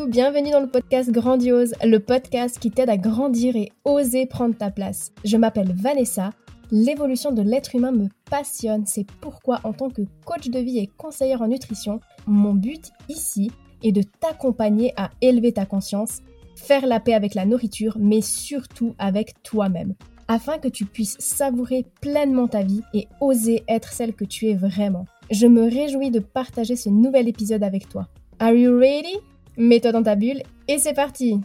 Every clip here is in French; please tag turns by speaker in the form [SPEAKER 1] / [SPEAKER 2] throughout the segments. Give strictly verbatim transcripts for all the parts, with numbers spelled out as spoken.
[SPEAKER 1] Coucou, bienvenue dans le podcast Grandiose, le podcast qui t'aide à grandir et oser prendre ta place. Je m'appelle Vanessa, l'évolution de l'être humain me passionne, c'est pourquoi en tant que coach de vie et conseillère en nutrition, mon but ici est de t'accompagner à élever ta conscience, faire la paix avec la nourriture, mais surtout avec toi-même, afin que tu puisses savourer pleinement ta vie et oser être celle que tu es vraiment. Je me réjouis de partager ce nouvel épisode avec toi. Are you ready? Mets-toi dans ta bulle et c'est parti!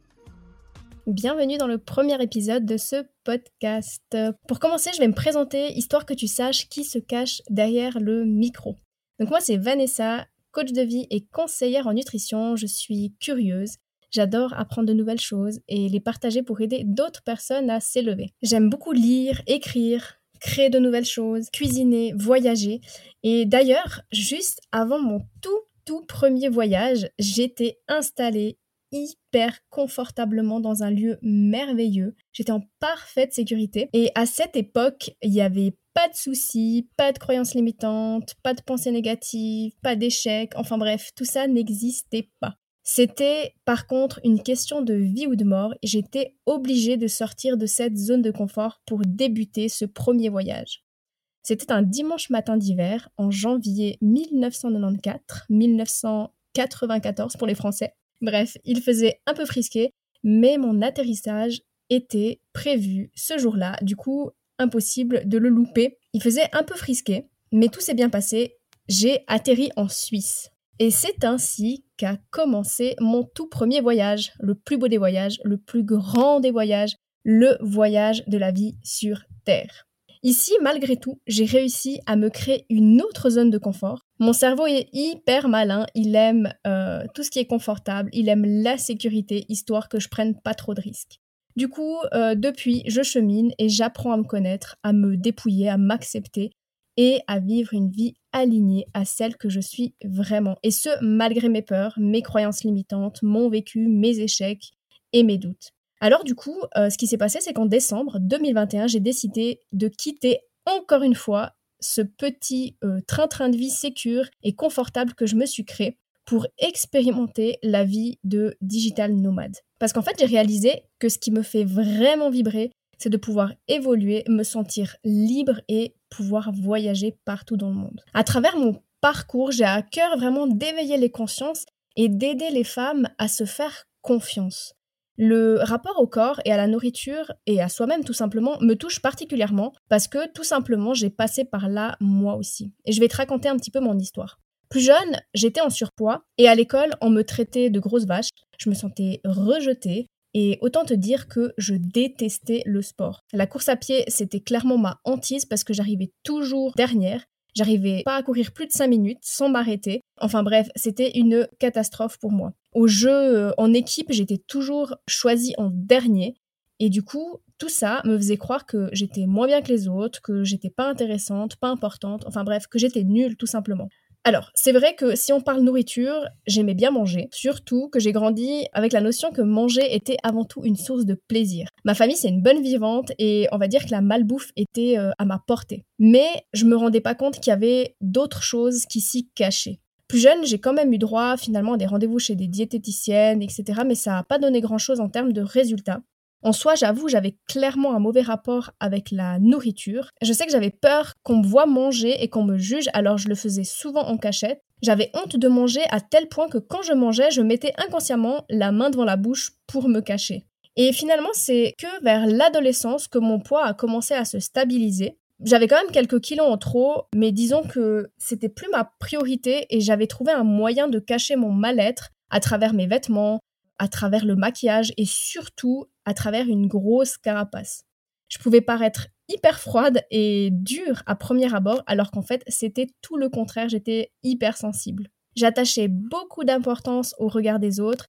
[SPEAKER 1] Bienvenue dans le premier épisode de ce podcast. Pour commencer, je vais me présenter, histoire que tu saches qui se cache derrière le micro. Donc moi, c'est Vanessa, coach de vie et conseillère en nutrition. Je suis curieuse, j'adore apprendre de nouvelles choses et les partager pour aider d'autres personnes à s'élever. J'aime beaucoup lire, écrire, créer de nouvelles choses, cuisiner, voyager. Et d'ailleurs, juste avant mon tout tout premier voyage, j'étais installée hyper confortablement dans un lieu merveilleux. J'étais en parfaite sécurité et à cette époque, il n'y avait pas de soucis, pas de croyances limitantes, pas de pensées négatives, pas d'échecs, enfin bref, tout ça n'existait pas. C'était par contre une question de vie ou de mort et j'étais obligée de sortir de cette zone de confort pour débuter ce premier voyage. C'était un dimanche matin d'hiver, en janvier mille neuf cent quatre-vingt-quatorze, mille neuf cent quatre-vingt-quatorze pour les Français. Bref, il faisait un peu frisqué, mais mon atterrissage était prévu ce jour-là, du coup, impossible de le louper. Il faisait un peu frisqué, mais tout s'est bien passé, j'ai atterri en Suisse. Et c'est ainsi qu'a commencé mon tout premier voyage, le plus beau des voyages, le plus grand des voyages, le voyage de la vie sur Terre. Ici, malgré tout, j'ai réussi à me créer une autre zone de confort. Mon cerveau est hyper malin, il aime euh, tout ce qui est confortable, il aime la sécurité, histoire que je prenne pas trop de risques. Du coup, euh, depuis, je chemine et j'apprends à me connaître, à me dépouiller, à m'accepter et à vivre une vie alignée à celle que je suis vraiment. Et ce, malgré mes peurs, mes croyances limitantes, mon vécu, mes échecs et mes doutes. Alors du coup, euh, ce qui s'est passé, c'est qu'en décembre deux mille vingt et un, j'ai décidé de quitter encore une fois ce petit euh, train-train de vie sécure et confortable que je me suis créé pour expérimenter la vie de digital nomade. Parce qu'en fait, j'ai réalisé que ce qui me fait vraiment vibrer, c'est de pouvoir évoluer, me sentir libre et pouvoir voyager partout dans le monde. À travers mon parcours, j'ai à cœur vraiment d'éveiller les consciences et d'aider les femmes à se faire confiance. Le rapport au corps et à la nourriture et à soi-même tout simplement me touche particulièrement parce que tout simplement j'ai passé par là moi aussi. Et je vais te raconter un petit peu mon histoire. Plus jeune, j'étais en surpoids et à l'école on me traitait de grosse vache, je me sentais rejetée et autant te dire que je détestais le sport. La course à pied c'était clairement ma hantise parce que j'arrivais toujours dernière. J'arrivais pas à courir plus de cinq minutes sans m'arrêter. Enfin bref, c'était une catastrophe pour moi. Au jeu, en équipe, j'étais toujours choisie en dernier. Et du coup, tout ça me faisait croire que j'étais moins bien que les autres, que j'étais pas intéressante, pas importante, enfin bref, que j'étais nulle tout simplement. Alors, c'est vrai que si on parle nourriture, j'aimais bien manger, surtout que j'ai grandi avec la notion que manger était avant tout une source de plaisir. Ma famille, c'est une bonne vivante et on va dire que la malbouffe était euh, à ma portée. Mais je me rendais pas compte qu'il y avait d'autres choses qui s'y cachaient. Plus jeune, j'ai quand même eu droit finalement à des rendez-vous chez des diététiciennes, et cetera. Mais ça n'a pas donné grand-chose en termes de résultats. En soi, j'avoue, j'avais clairement un mauvais rapport avec la nourriture. Je sais que j'avais peur qu'on me voie manger et qu'on me juge, alors je le faisais souvent en cachette. J'avais honte de manger à tel point que quand je mangeais, je mettais inconsciemment la main devant la bouche pour me cacher. Et finalement, c'est que vers l'adolescence que mon poids a commencé à se stabiliser. J'avais quand même quelques kilos en trop, mais disons que c'était plus ma priorité et j'avais trouvé un moyen de cacher mon mal-être à travers mes vêtements, à travers le maquillage et surtout à travers une grosse carapace. Je pouvais paraître hyper froide et dure à premier abord, alors qu'en fait, c'était tout le contraire, j'étais hyper sensible. J'attachais beaucoup d'importance au regard des autres,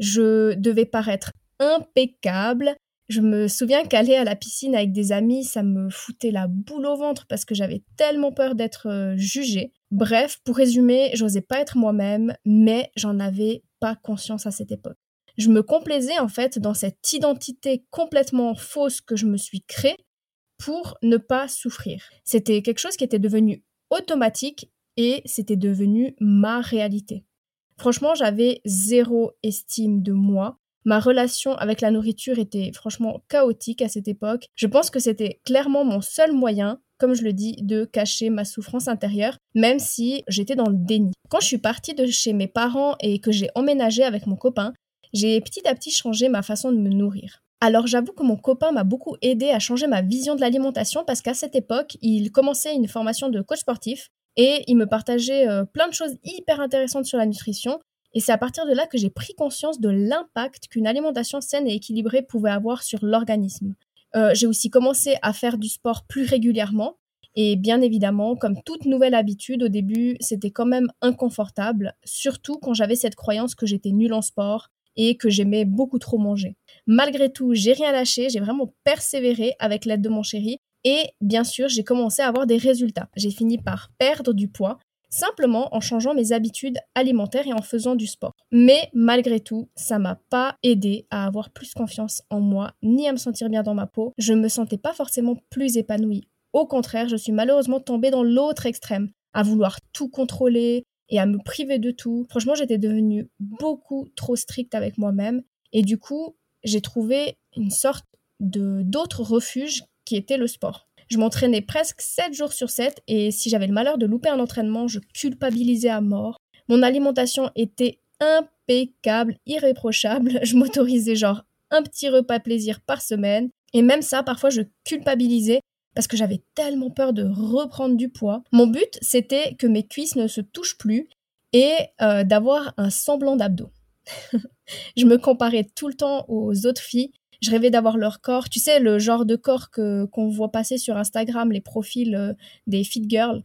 [SPEAKER 1] je devais paraître impeccable. Je me souviens qu'aller à la piscine avec des amis, ça me foutait la boule au ventre parce que j'avais tellement peur d'être jugée. Bref, pour résumer, j'osais pas être moi-même, mais j'en avais pas conscience à cette époque. Je me complaisais en fait dans cette identité complètement fausse que je me suis créée pour ne pas souffrir. C'était quelque chose qui était devenu automatique et c'était devenu ma réalité. Franchement, j'avais zéro estime de moi. Ma relation avec la nourriture était franchement chaotique à cette époque. Je pense que c'était clairement mon seul moyen, comme je le dis, de cacher ma souffrance intérieure, même si j'étais dans le déni. Quand je suis partie de chez mes parents et que j'ai emménagé avec mon copain, j'ai petit à petit changé ma façon de me nourrir. Alors j'avoue que mon copain m'a beaucoup aidé à changer ma vision de l'alimentation parce qu'à cette époque, il commençait une formation de coach sportif et il me partageait euh, plein de choses hyper intéressantes sur la nutrition. Et c'est à partir de là que j'ai pris conscience de l'impact qu'une alimentation saine et équilibrée pouvait avoir sur l'organisme. Euh, j'ai aussi commencé à faire du sport plus régulièrement. Et bien évidemment, comme toute nouvelle habitude, au début, c'était quand même inconfortable, surtout quand j'avais cette croyance que j'étais nulle en sport et que j'aimais beaucoup trop manger. Malgré tout, j'ai rien lâché, j'ai vraiment persévéré avec l'aide de mon chéri. Et bien sûr, j'ai commencé à avoir des résultats. J'ai fini par perdre du poids, simplement en changeant mes habitudes alimentaires et en faisant du sport. Mais malgré tout, ça m'a pas aidé à avoir plus confiance en moi, ni à me sentir bien dans ma peau. Je me sentais pas forcément plus épanouie. Au contraire, je suis malheureusement tombée dans l'autre extrême, à vouloir tout contrôler et à me priver de tout. Franchement, j'étais devenue beaucoup trop stricte avec moi-même et du coup, j'ai trouvé une sorte de d'autre refuge qui était le sport. Je m'entraînais presque sept jours sur sept et si j'avais le malheur de louper un entraînement, je culpabilisais à mort. Mon alimentation était impeccable, irréprochable. Je m'autorisais genre un petit repas plaisir par semaine. Et même ça, parfois, je culpabilisais parce que j'avais tellement peur de reprendre du poids. Mon but, c'était que mes cuisses ne se touchent plus et euh, d'avoir un semblant d'abdos. Je me comparais tout le temps aux autres filles. Je rêvais d'avoir leur corps, tu sais, le genre de corps que, qu'on voit passer sur Instagram, les profils euh, des fit girls.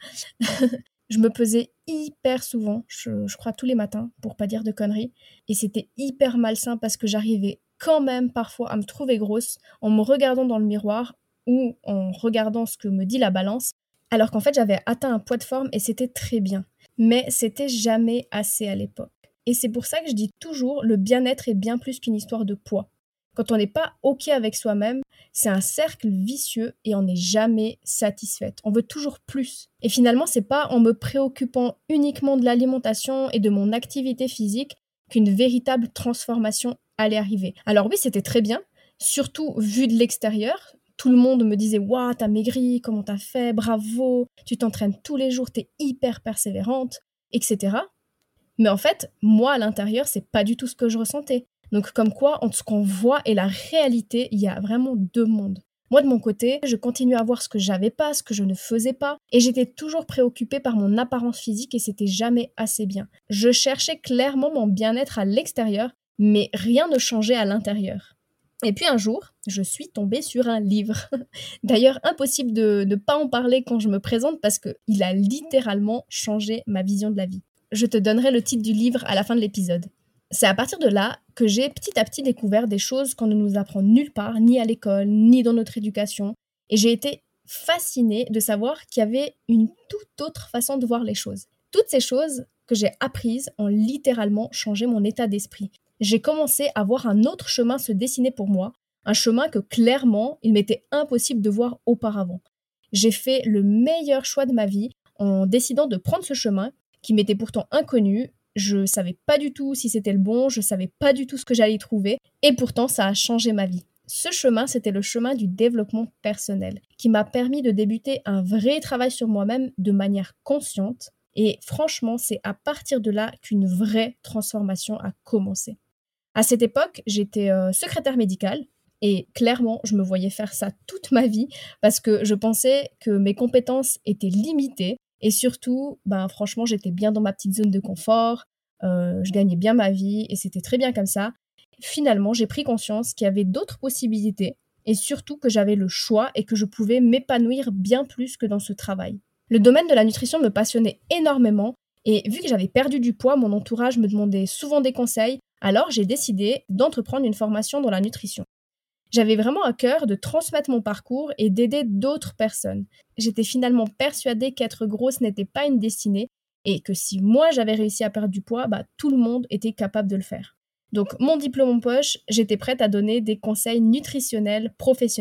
[SPEAKER 1] Je me pesais hyper souvent, je, je crois tous les matins, pour pas dire de conneries. Et c'était hyper malsain parce que j'arrivais quand même parfois à me trouver grosse en me regardant dans le miroir ou en regardant ce que me dit la balance, alors qu'en fait j'avais atteint un poids de forme et c'était très bien. Mais c'était jamais assez à l'époque. Et c'est pour ça que je dis toujours, le bien-être est bien plus qu'une histoire de poids. Quand on n'est pas OK avec soi-même, c'est un cercle vicieux et on n'est jamais satisfaite. On veut toujours plus. Et finalement, c'est pas en me préoccupant uniquement de l'alimentation et de mon activité physique qu'une véritable transformation allait arriver. Alors oui, c'était très bien, surtout vu de l'extérieur. Tout le monde me disait « Waouh, t'as maigri, comment t'as fait, bravo, tu t'entraînes tous les jours, t'es hyper persévérante, et cetera » Mais en fait, moi, à l'intérieur, c'est pas du tout ce que je ressentais. Donc comme quoi, entre ce qu'on voit et la réalité, il y a vraiment deux mondes. Moi, de mon côté, je continuais à voir ce que j'avais pas, ce que je ne faisais pas, et j'étais toujours préoccupée par mon apparence physique et c'était jamais assez bien. Je cherchais clairement mon bien-être à l'extérieur, mais rien ne changeait à l'intérieur. Et puis un jour, je suis tombée sur un livre. D'ailleurs, impossible de ne pas en parler quand je me présente parce qu'il a littéralement changé ma vision de la vie. Je te donnerai le titre du livre à la fin de l'épisode. C'est à partir de là que j'ai petit à petit découvert des choses qu'on ne nous apprend nulle part, ni à l'école, ni dans notre éducation. Et j'ai été fascinée de savoir qu'il y avait une toute autre façon de voir les choses. Toutes ces choses que j'ai apprises ont littéralement changé mon état d'esprit. J'ai commencé à voir un autre chemin se dessiner pour moi, un chemin que clairement, il m'était impossible de voir auparavant. J'ai fait le meilleur choix de ma vie en décidant de prendre ce chemin qui m'était pourtant inconnu. Je savais pas du tout si c'était le bon, je savais pas du tout ce que j'allais y trouver, et pourtant ça a changé ma vie. Ce chemin, c'était le chemin du développement personnel, qui m'a permis de débuter un vrai travail sur moi-même de manière consciente, et franchement, c'est à partir de là qu'une vraie transformation a commencé. À cette époque, j'étais euh, secrétaire médicale, et clairement, je me voyais faire ça toute ma vie, parce que je pensais que mes compétences étaient limitées, et surtout, ben, franchement, j'étais bien dans ma petite zone de confort, euh, je gagnais bien ma vie et c'était très bien comme ça. Finalement, j'ai pris conscience qu'il y avait d'autres possibilités et surtout que j'avais le choix et que je pouvais m'épanouir bien plus que dans ce travail. Le domaine de la nutrition me passionnait énormément et vu que j'avais perdu du poids, mon entourage me demandait souvent des conseils, alors j'ai décidé d'entreprendre une formation dans la nutrition. J'avais vraiment à cœur de transmettre mon parcours et d'aider d'autres personnes. J'étais finalement persuadée qu'être grosse n'était pas une destinée et que si moi j'avais réussi à perdre du poids, bah, tout le monde était capable de le faire. Donc mon diplôme en poche, j'étais prête à donner des conseils nutritionnels professionnels.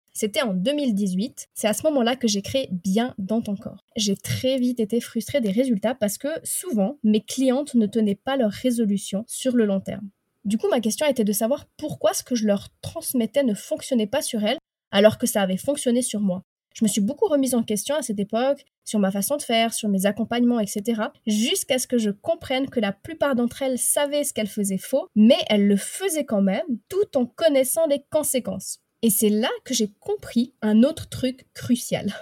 [SPEAKER 1] C'était en deux mille dix-huit, c'est à ce moment-là que j'ai créé Bien dans ton corps. J'ai très vite été frustrée des résultats parce que souvent, mes clientes ne tenaient pas leurs résolutions sur le long terme. Du coup, ma question était de savoir pourquoi ce que je leur transmettais ne fonctionnait pas sur elles alors que ça avait fonctionné sur moi. Je me suis beaucoup remise en question à cette époque, sur ma façon de faire, sur mes accompagnements, et cetera, jusqu'à ce que je comprenne que la plupart d'entre elles savaient ce qu'elles faisaient faux, mais elles le faisaient quand même, tout en connaissant les conséquences. Et c'est là que j'ai compris un autre truc crucial.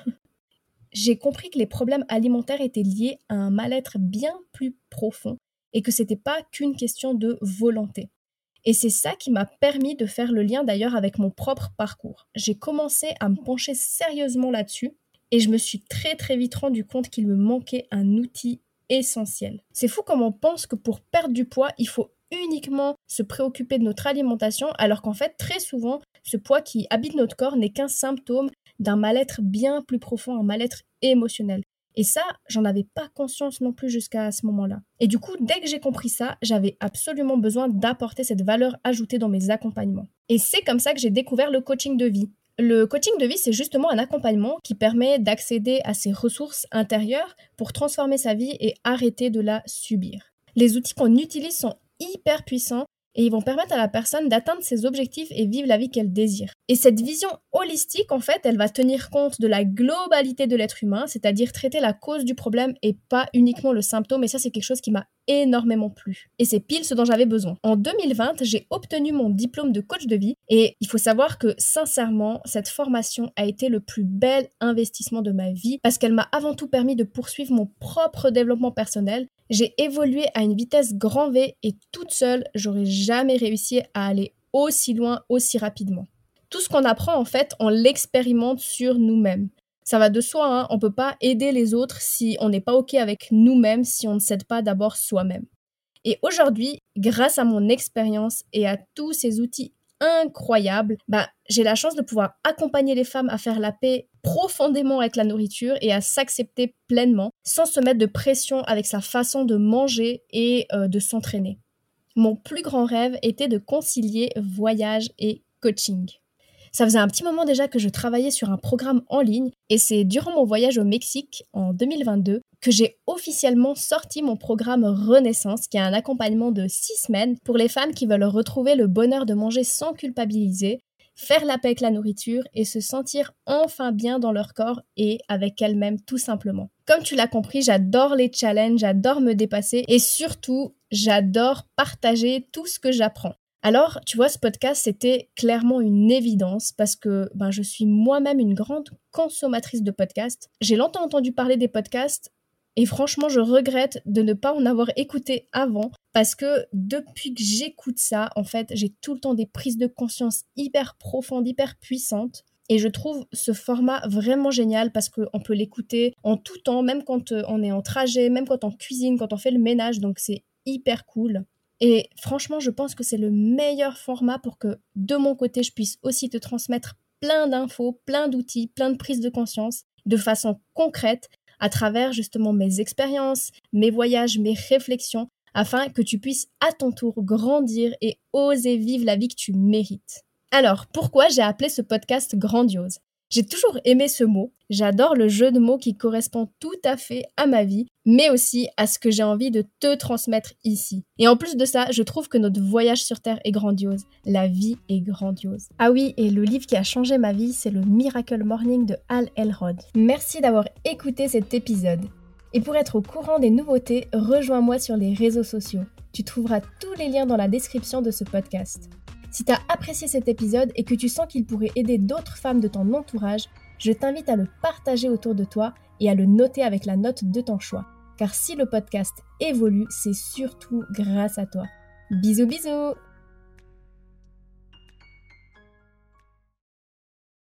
[SPEAKER 1] J'ai compris que les problèmes alimentaires étaient liés à un mal-être bien plus profond et que c'était pas qu'une question de volonté. Et c'est ça qui m'a permis de faire le lien d'ailleurs avec mon propre parcours. J'ai commencé à me pencher sérieusement là-dessus et je me suis très très vite rendu compte qu'il me manquait un outil essentiel. C'est fou comme on pense que pour perdre du poids, il faut uniquement se préoccuper de notre alimentation, alors qu'en fait, très souvent, ce poids qui habite notre corps n'est qu'un symptôme d'un mal-être bien plus profond, un mal-être émotionnel. Et ça, j'en avais pas conscience non plus jusqu'à ce moment-là. Et du coup, dès que j'ai compris ça, j'avais absolument besoin d'apporter cette valeur ajoutée dans mes accompagnements. Et c'est comme ça que j'ai découvert le coaching de vie. Le coaching de vie, c'est justement un accompagnement qui permet d'accéder à ses ressources intérieures pour transformer sa vie et arrêter de la subir. Les outils qu'on utilise sont hyper puissants et ils vont permettre à la personne d'atteindre ses objectifs et vivre la vie qu'elle désire. Et cette vision holistique, en fait, elle va tenir compte de la globalité de l'être humain, c'est-à-dire traiter la cause du problème et pas uniquement le symptôme, et ça, c'est quelque chose qui m'a énormément plu. Et c'est pile ce dont j'avais besoin. En deux mille vingt, j'ai obtenu mon diplôme de coach de vie et il faut savoir que, sincèrement, cette formation a été le plus bel investissement de ma vie parce qu'elle m'a avant tout permis de poursuivre mon propre développement personnel. J'ai évolué à une vitesse grand V et toute seule, j'aurais jamais réussi à aller aussi loin, aussi rapidement. Tout ce qu'on apprend, en fait, on l'expérimente sur nous-mêmes. Ça va de soi, hein, on ne peut pas aider les autres si on n'est pas OK avec nous-mêmes, si on ne s'aide pas d'abord soi-même. Et aujourd'hui, grâce à mon expérience et à tous ces outils incroyables, bah, j'ai la chance de pouvoir accompagner les femmes à faire la paix profondément avec la nourriture et à s'accepter pleinement, sans se mettre de pression avec sa façon de manger et euh, de s'entraîner. Mon plus grand rêve était de concilier voyage et coaching. Ça faisait un petit moment déjà que je travaillais sur un programme en ligne et c'est durant mon voyage au Mexique en deux mille vingt-deux que j'ai officiellement sorti mon programme Renaissance, qui est un accompagnement de six semaines pour les femmes qui veulent retrouver le bonheur de manger sans culpabiliser, faire la paix avec la nourriture et se sentir enfin bien dans leur corps et avec elles-mêmes tout simplement. Comme tu l'as compris, j'adore les challenges, j'adore me dépasser et surtout, j'adore partager tout ce que j'apprends. Alors, tu vois, ce podcast, c'était clairement une évidence parce que ben, je suis moi-même une grande consommatrice de podcasts. J'ai longtemps entendu parler des podcasts et franchement, je regrette de ne pas en avoir écouté avant parce que depuis que j'écoute ça, en fait, j'ai tout le temps des prises de conscience hyper profondes, hyper puissantes. Et je trouve ce format vraiment génial parce qu'on peut l'écouter en tout temps, même quand on est en trajet, même quand on cuisine, quand on fait le ménage. Donc, c'est hyper cool. Et franchement, je pense que c'est le meilleur format pour que, de mon côté, je puisse aussi te transmettre plein d'infos, plein d'outils, plein de prises de conscience, de façon concrète, à travers justement mes expériences, mes voyages, mes réflexions, afin que tu puisses à ton tour grandir et oser vivre la vie que tu mérites. Alors, pourquoi j'ai appelé ce podcast Grandiose ? J'ai toujours aimé ce mot, j'adore le jeu de mots qui correspond tout à fait à ma vie, mais aussi à ce que j'ai envie de te transmettre ici. Et en plus de ça, je trouve que notre voyage sur Terre est grandiose, la vie est grandiose. Ah oui, et le livre qui a changé ma vie, c'est le Miracle Morning de Hal Elrod. Merci d'avoir écouté cet épisode. Et pour être au courant des nouveautés, rejoins-moi sur les réseaux sociaux. Tu trouveras tous les liens dans la description de ce podcast. Si tu as apprécié cet épisode et que tu sens qu'il pourrait aider d'autres femmes de ton entourage, je t'invite à le partager autour de toi et à le noter avec la note de ton choix. Car si le podcast évolue, c'est surtout grâce à toi. Bisous bisous!